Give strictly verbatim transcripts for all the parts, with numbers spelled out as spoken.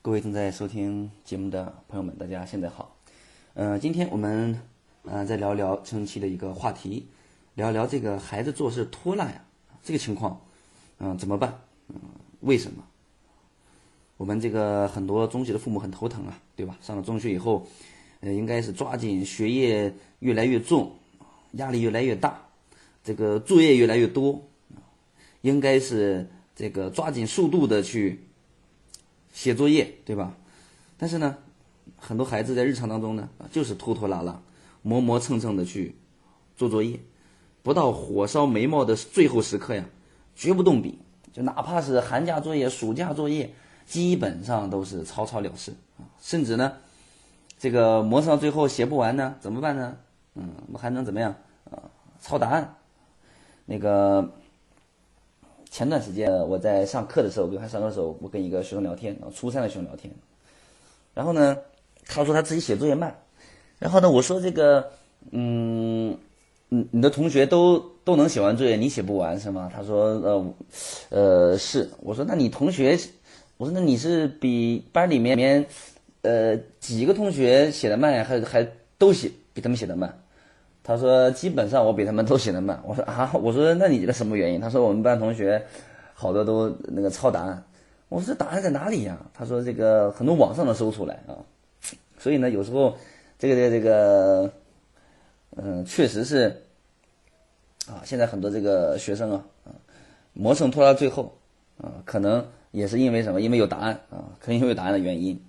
各位正在收听节目的朋友们，大家现在好。呃，今天我们呃再聊聊青春期的一个话题，聊聊这个孩子做事拖拉呀，这个情况，嗯、呃，怎么办？嗯、呃，为什么？我们这个很多中学的父母很头疼啊，对吧？上了中学以后，呃，应该是抓紧学业越来越重，压力越来越大，这个作业越来越多，应该是这个抓紧速度的去写作业，对吧？但是呢，很多孩子在日常当中呢，就是拖拖拉拉、磨磨蹭蹭的去做作业，不到火烧眉毛的最后时刻呀，绝不动笔。就哪怕是寒假作业、暑假作业，基本上都是草草了事啊。甚至呢，这个磨蹭到最后写不完呢，怎么办呢？嗯，我还能怎么样啊？抄答案。那个。前段时间我在上课的时候，给他上课的时候，我跟一个学生聊天，初三的学生聊天，然后呢，他说他自己写作业慢，然后呢，我说这个，嗯，你你的同学都都能写完作业，你写不完是吗？他说，呃，呃，是。我说那你同学，我说那你是比班里面面，呃，几个同学写的慢，还还都写比他们写的慢？他说基本上我比他们都写得慢。我说啊，我说那你觉得什么原因？他说我们班同学好多都那个抄答案。我说答案在哪里呀？他说这个很多网上能搜出来啊。所以呢，有时候这个这个这个，嗯，确实是啊，现在很多这个学生啊啊，磨蹭拖到最后啊，可能也是因为什么？因为有答案啊，可能因为有答案的原因。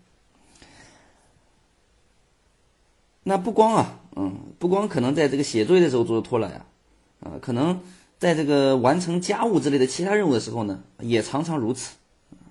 那不光啊，嗯，不光可能在这个写作业的时候做拖拉呀，啊，可能在这个完成家务之类的其他任务的时候呢，也常常如此。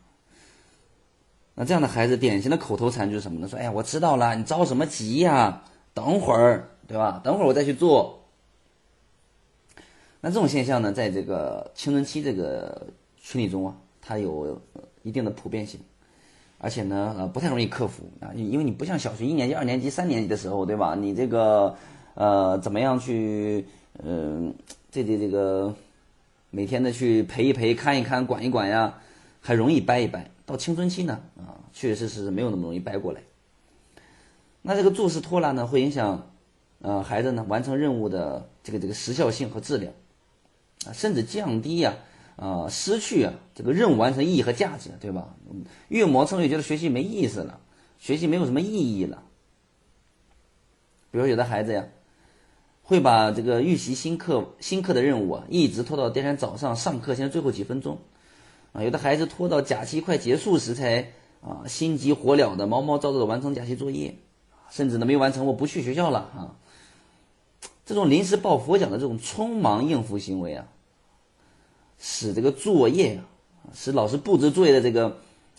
那这样的孩子典型的口头禅就是什么呢？说，哎呀，我知道了，你着什么急呀？等会儿，对吧？等会儿我再去做。那这种现象呢，在这个青春期这个群体中啊，它有一定的普遍性。而且呢，呃，不太容易克服啊，因为你不像小学一年级、二年级、三年级的时候，对吧？你这个，呃，怎么样去，嗯、呃，这这这个，每天的去陪一陪、看一看、管一管呀，还容易掰一掰。到青春期呢，啊，确实是没有那么容易掰过来。那这个做事拖拉呢，会影响，呃，孩子呢完成任务的这个这个时效性和质量，啊，甚至降低呀、啊。啊、呃，失去啊这个任务完成意义和价值，对吧？越磨蹭越觉得学习没意思了，学习没有什么意义了。比如有的孩子呀，会把这个预习新课新课的任务啊，一直拖到第二天早上上课前的最后几分钟啊。有的孩子拖到假期快结束时才啊心急火燎的毛毛躁躁的完成假期作业，甚至呢没完成我不去学校了啊。这种临时抱佛脚的这种匆忙应付行为啊，使这个作业啊，使老师布置作业的这个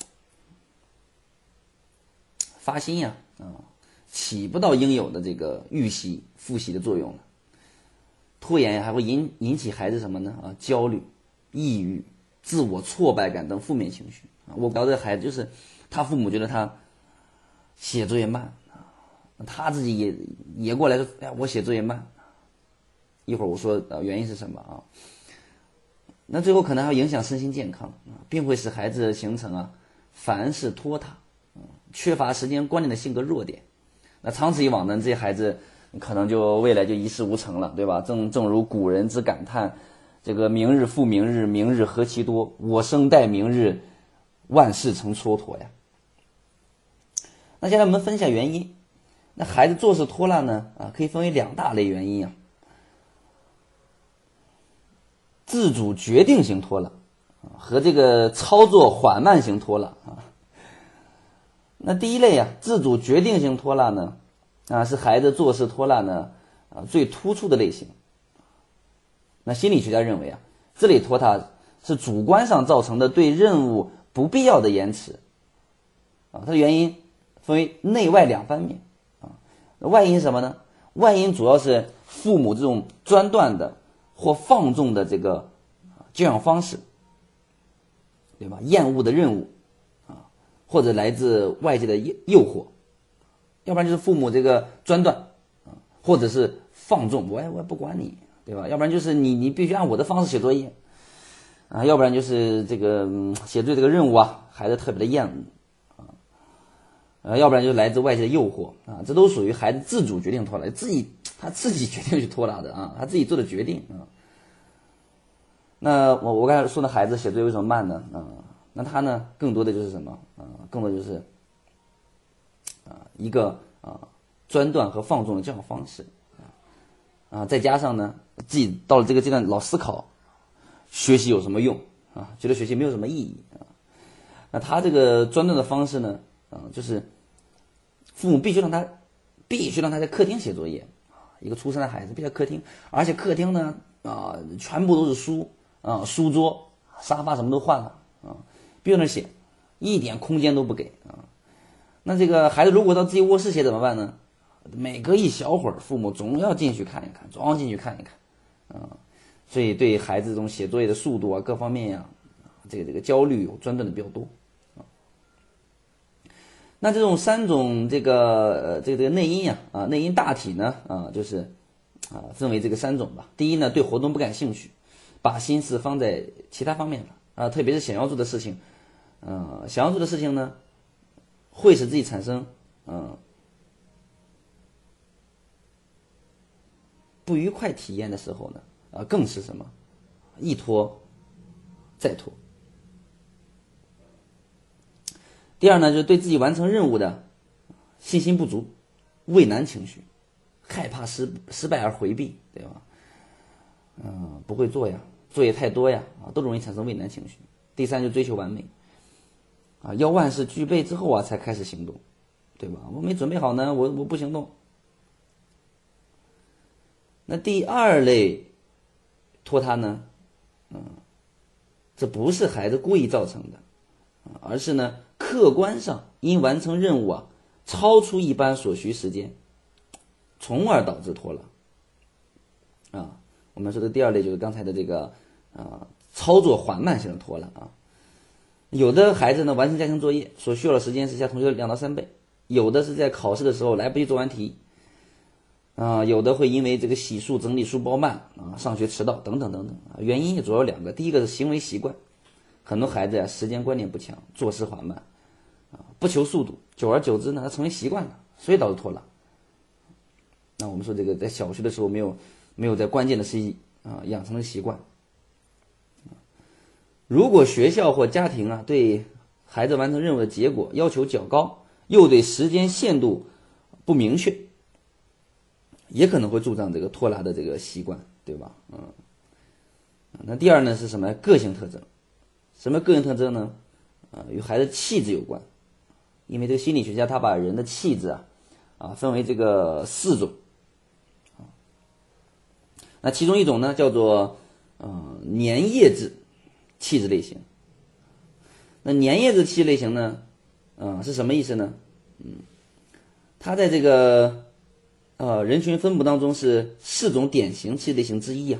发心呀啊，起不到应有的这个预习复习的作用了。拖延还会引引起孩子什么呢？啊，焦虑、抑郁、自我挫败感等负面情绪啊。我聊这个孩子就是他父母觉得他写作业慢啊，他自己也也过来说，哎，我写作业慢。一会儿我说呃原因是什么啊？那最后可能还会影响身心健康啊，并会使孩子形成啊凡事拖沓、缺乏时间观念的性格弱点。那长此以往呢，这些孩子可能就未来就一事无成了，对吧？正正如古人之感叹：这个明日复明日，明日何其多！我生待明日，万事成蹉跎呀。那现在我们分析一下原因。那孩子做事拖拉呢啊，可以分为两大类原因啊。自主决定型拖拉和这个操作缓慢型拖拉啊。那第一类啊，自主决定型拖拉呢，啊是孩子做事拖拉呢啊最突出的类型。那心理学家认为啊，这类拖沓是主观上造成的对任务不必要的延迟啊。它的原因分为内外两方面啊。外因是什么呢？外因主要是父母这种专断的或放纵的这个教养方式，对吧？厌恶的任务啊，或者来自外界的诱惑，要不然就是父母这个专断啊，或者是放纵，我也我也不管你，对吧？要不然就是你你必须按我的方式写作业啊，要不然就是这个、嗯、写作业这个任务啊，孩子特别的厌恶啊。 呃，要不然就是来自外界的诱惑啊，这都属于孩子自主决定拖拉，自己他自己决定去拖拉的啊，他自己做的决定啊。那我我刚才说的孩子写作业为什么慢呢？啊，那他呢，更多的就是什么啊？更多的就是啊一个啊专断和放纵的教育方式啊啊，再加上呢，自己到了这个阶段老思考学习有什么用啊，觉得学习没有什么意义啊。那他这个专断的方式呢，啊，就是父母必须让他必须让他在客厅写作业啊，一个初三的孩子必须在客厅，而且客厅呢啊全部都是书。啊，书桌、沙发什么都换了啊，必须那写，一点空间都不给啊。那这个孩子如果到自己卧室写怎么办呢？每隔一小会儿，父母总要进去看一看，总要进去看一看啊。所以对孩子这种写作业的速度啊，各方面呀、啊，这个这个焦虑有专断的比较多啊。那这种三种这个呃这个这个内因呀啊，内因大体呢啊就是啊分为这个三种吧。第一呢，对活动不感兴趣。把心思放在其他方面了啊，特别是想要做的事情，呃，想要做的事情呢，会使自己产生嗯、呃、不愉快体验的时候呢，啊、呃，更是什么，一拖再拖。第二呢，就是对自己完成任务的信心不足、畏难情绪，害怕失失败而回避，对吧？嗯、呃，不会做呀。作业太多呀，啊，都容易产生畏难情绪。第三，就追求完美，啊，要万事俱备之后啊，才开始行动，对吧？我没准备好呢，我我不行动。那第二类拖沓呢，嗯，这不是孩子故意造成的，而是呢客观上因完成任务啊超出一般所需时间，从而导致拖拉。啊，我们说的第二类就是刚才的这个。啊，操作缓慢型的拖拉啊，有的孩子呢完成家庭作业所需要的时间是下同学的两到三倍，有的是在考试的时候来不及做完题，啊，有的会因为这个洗漱整理书包慢啊，上学迟到等等等等啊，原因也主要有两个，第一个是行为习惯，很多孩子呀、啊、时间观念不强，做事缓慢啊，不求速度，久而久之呢，他成为习惯了，所以导致拖拉。那我们说这个在小学的时候没有没有在关键的时期啊养成了习惯。如果学校或家庭啊对孩子完成任务的结果要求较高，又对时间限度不明确，也可能会助长这个拖拉的这个习惯，对吧？嗯，那第二呢是什么？个性特征。什么个性特征呢？啊，与孩子气质有关。因为这个心理学家他把人的气质啊啊分为这个四种。那其中一种呢叫做呃粘液质气质类型。那粘液质气质类型呢，啊、呃、是什么意思呢？嗯，它在这个呃人群分布当中是四种典型气质类型之一啊。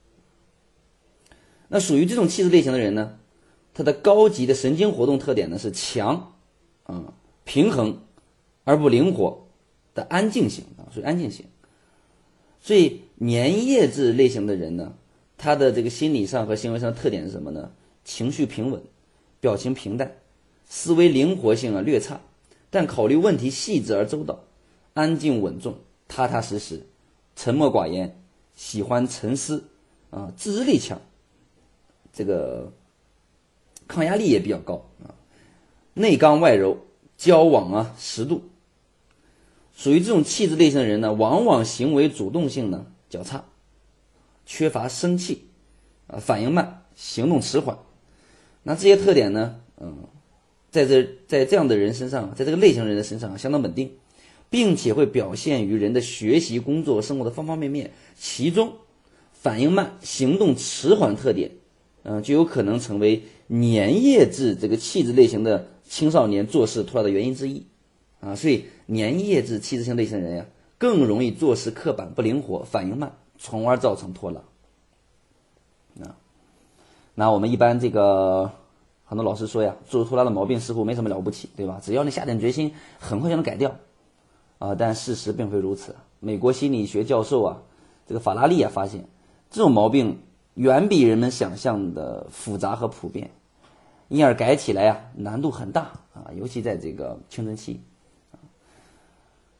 那属于这种气质类型的人呢，他的高级的神经活动特点呢是强，啊、呃、平衡而不灵活的安静型啊，属于安静型。所以粘液质类型的人呢，他的这个心理上和行为上的特点是什么呢？情绪平稳，表情平淡，思维灵活性啊略差，但考虑问题细致而周到，安静稳重，踏踏实实，沉默寡言，喜欢沉思啊，自制力强，这个抗压力也比较高啊，内刚外柔，交往啊适度。属于这种气质类型的人呢，往往行为主动性呢较差，缺乏生气啊，反应慢，行动迟缓。那这些特点呢，嗯，在这在这样的人身上，在这个类型人的身上相当稳定，并且会表现于人的学习、工作、生活的方方面面。其中，反应慢、行动迟缓特点，嗯，就有可能成为粘液质这个气质类型的青少年做事拖拉的原因之一啊。所以，粘液质气质性类型人呀，更容易做事刻板、不灵活、反应慢，从而造成拖拉。啊。那我们一般这个很多老师说呀，做拖拉的毛病似乎没什么了不起，对吧？只要你下点决心，很快就能改掉啊。但事实并非如此。美国心理学教授啊，这个法拉利啊发现，这种毛病远比人们想象的复杂和普遍，因而改起来啊难度很大啊，尤其在这个青春期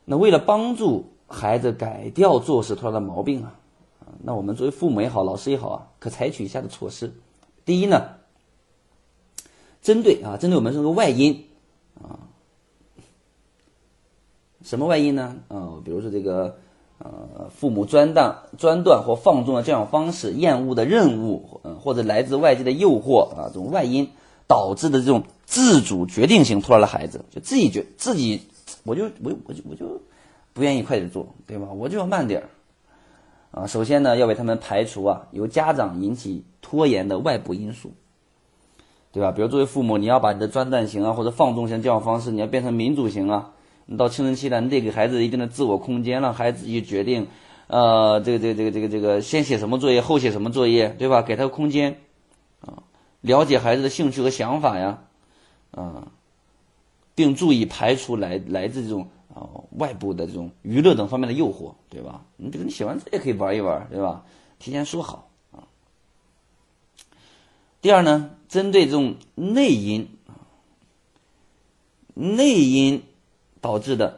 那为了帮助孩子改掉做事拖拉的毛病啊，那我们作为父母也好，老师也好啊，可采取以下的措施。第一呢，针对啊，针对我们这个外因啊，什么外因呢？啊，比如说这个呃，父母专断、专断或放纵的教养方式、厌恶的任务，呃，或者来自外界的诱惑啊，这种外因导致的这种自主决定型拖拉的孩子，就自己觉自己，我就我我就我就不愿意快点做，对吧？我就要慢点儿。啊，首先呢，要为他们排除啊由家长引起拖延的外部因素，对吧？比如作为父母，你要把你的专断型啊或者放纵型教养方式，你要变成民主型啊。你到青春期了，你得给孩子一定的自我空间，让孩子自己决定，呃，这个这个这个这个这个先写什么作业，后写什么作业，对吧？给他空间啊，了解孩子的兴趣和想法呀，啊，并注意排除来来自这种啊外部的这种娱乐等方面的诱惑，对吧？你比如你写完作业可以玩一玩，对吧？提前说好啊。第二呢，针对这种内因，内因导致的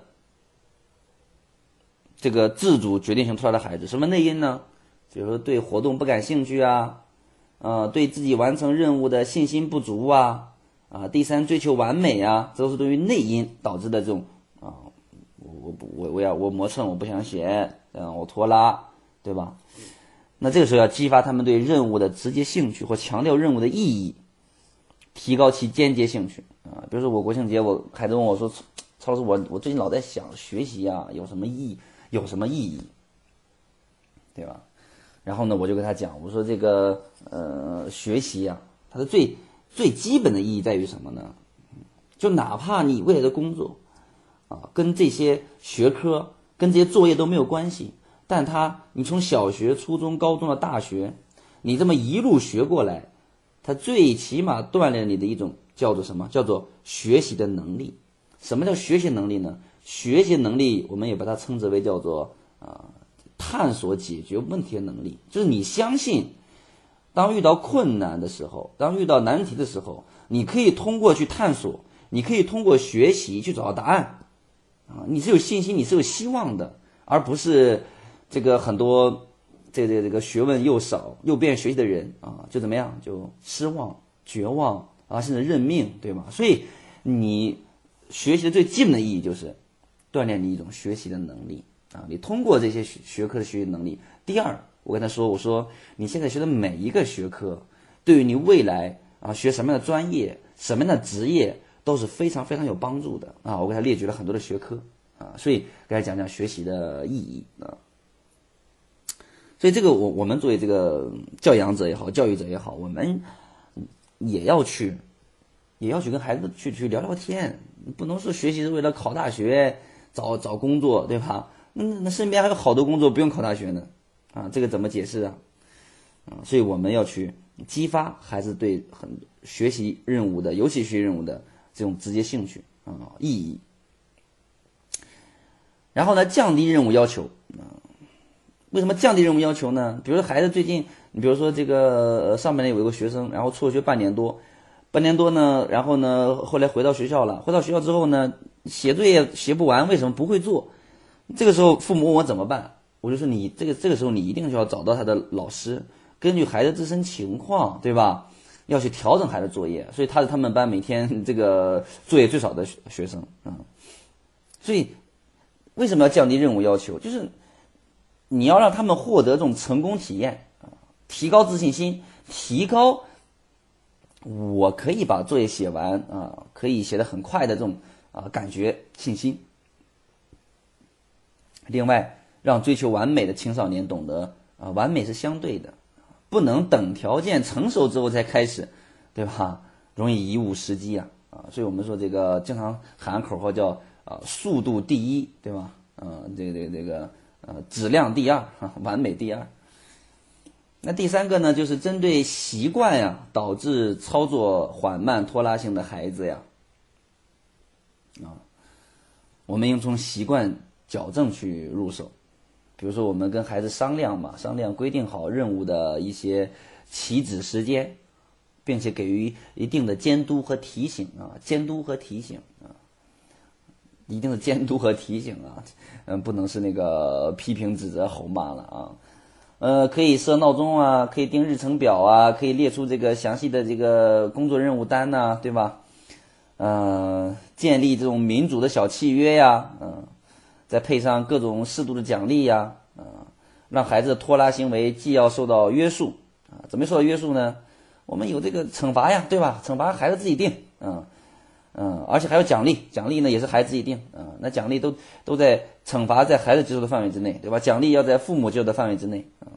这个自主决定型拖拉的孩子，什么内因呢？比如说对活动不感兴趣啊，呃，对自己完成任务的信心不足啊，啊，第三追求完美啊，这都是对于内因导致的这种啊，我我我我要我磨蹭，我不想写，嗯，我拖拉，对吧？那这个时候要激发他们对任务的直接兴趣，或强调任务的意义，提高其间接兴趣啊。比如说我国庆节，我孩子问我说：“曹老师，我我最近老在想学习啊，有什么意义？有什么意义？对吧？”然后呢，我就跟他讲，我说这个呃，学习啊，它的最最基本的意义在于什么呢？就哪怕你未来的工作啊，跟这些学科、跟这些作业都没有关系，但它你从小学、初中、高中到大学，你这么一路学过来，它最起码锻炼你的一种叫做什么？叫做学习的能力。什么叫学习能力呢？学习能力我们也把它称之为叫做啊、呃、探索解决问题的能力，就是你相信当遇到困难的时候，当遇到难题的时候，你可以通过去探索，你可以通过学习去找到答案啊，你是有信心，你是有希望的，而不是这个很多这个这个学问又少又不愿意学习的人啊，就怎么样就失望、绝望啊，甚至认命，对吧？所以你学习的最基本的意义就是锻炼你一种学习的能力啊！你通过这些学学科的学习能力。第二，我跟他说，我说你现在学的每一个学科，对于你未来啊学什么样的专业、什么样的职业都是非常非常有帮助的啊！我给他列举了很多的学科啊，所以给他讲讲学习的意义啊。所以这个我我们作为这个教养者也好，教育者也好，我们也要去。也要去跟孩子去去聊聊天，不能说学习是为了考大学、找找工作，对吧？那那身边还有好多工作不用考大学呢，啊，这个怎么解释啊？啊，所以我们要去激发孩子对很学习任务的，尤其学习任务的这种直接兴趣啊、意义。然后呢，降低任务要求啊。为什么降低任务要求呢？比如说孩子最近，你比如说这个上半年有一个学生，然后辍学半年多。半年多呢，然后呢，后来回到学校了。回到学校之后呢，写作业写不完，为什么不会做？这个时候父母问我怎么办，我就说你这个这个时候你一定需要找到他的老师，根据孩子自身情况，对吧？要去调整孩子作业。所以他是他们班每天这个作业最少的学生啊、嗯。所以为什么要降低任务要求？就是你要让他们获得这种成功体验啊，提高自信心，提高。我可以把作业写完啊，可以写得很快的这种啊感觉信心。另外，让追求完美的青少年懂得啊，完美是相对的，不能等条件成熟之后才开始，对吧？容易贻误时机啊啊！所以我们说这个经常喊口号叫啊速度第一，对吧？呃，这个这个这个呃质量第二啊，完美第二。那第三个呢，就是针对习惯呀导致操作缓慢拖拉性的孩子呀，啊，我们应从习惯矫正去入手。比如说我们跟孩子商量嘛，商量规定好任务的一些起止时间，并且给予一定的监督和提醒啊，监督和提醒啊。 一定是监督和提醒啊，嗯，不能是那个批评、指责、吼骂了啊。呃，可以设闹钟啊，可以定日程表啊，可以列出这个详细的这个工作任务单呐、啊，对吧？呃，建立这种民主的小契约呀，嗯、呃，再配上各种适度的奖励呀，啊、呃，让孩子的拖拉行为既要受到约束啊，怎么受到约束呢？我们有这个惩罚呀，对吧？惩罚孩子自己定，嗯。嗯，而且还有奖励，奖励呢也是孩子自己定，嗯，那奖励都都在惩罚在孩子接受的范围之内，对吧？奖励要在父母接受的范围之内，嗯，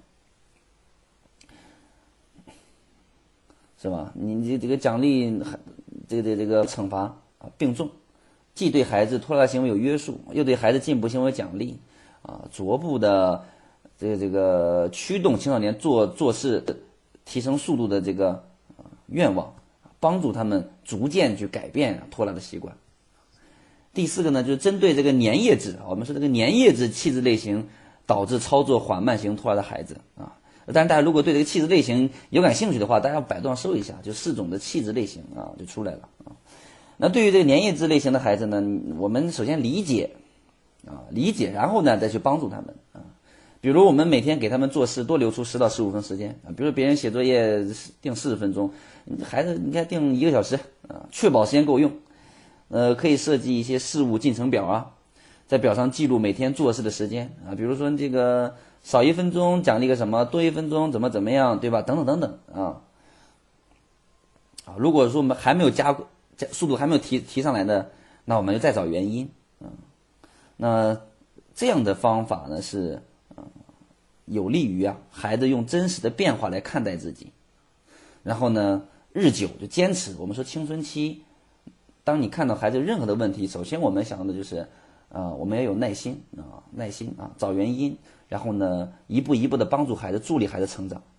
是吧？你这这个奖励，这个这个惩罚啊并重，既对孩子拖拉行为有约束，又对孩子进步行为有奖励，啊，逐步的这个这个驱动青少年做做事提升速度的这个愿望。帮助他们逐渐去改变拖拉的习惯。第四个呢，就是针对这个粘液质，我们说这个粘液质气质类型导致操作缓慢型拖拉的孩子啊。当然，大家如果对这个气质类型有感兴趣的话，大家百度上搜一下，就四种的气质类型啊，就出来了啊。那对于这个粘液质类型的孩子呢，我们首先理解啊，理解，然后呢再去帮助他们啊。比如我们每天给他们做事多留出十到十五分时间啊，比如别人写作业定四十分钟，孩子应该定一个小时啊，确保时间够用。呃，可以设计一些事务进程表啊，在表上记录每天做事的时间啊，比如说这个少一分钟奖励个什么，多一分钟怎么怎么样，对吧？等等等等啊。啊，如果说我们还没有加加速度还没有提提上来的，那我们就再找原因啊。那这样的方法呢是。有利于啊孩子用真实的变化来看待自己，然后呢日久就坚持。我们说青春期，当你看到孩子任何的问题，首先我们想的就是啊、呃、我们要有耐心啊耐心啊找原因，然后呢一步一步的帮助孩子，助力孩子成长。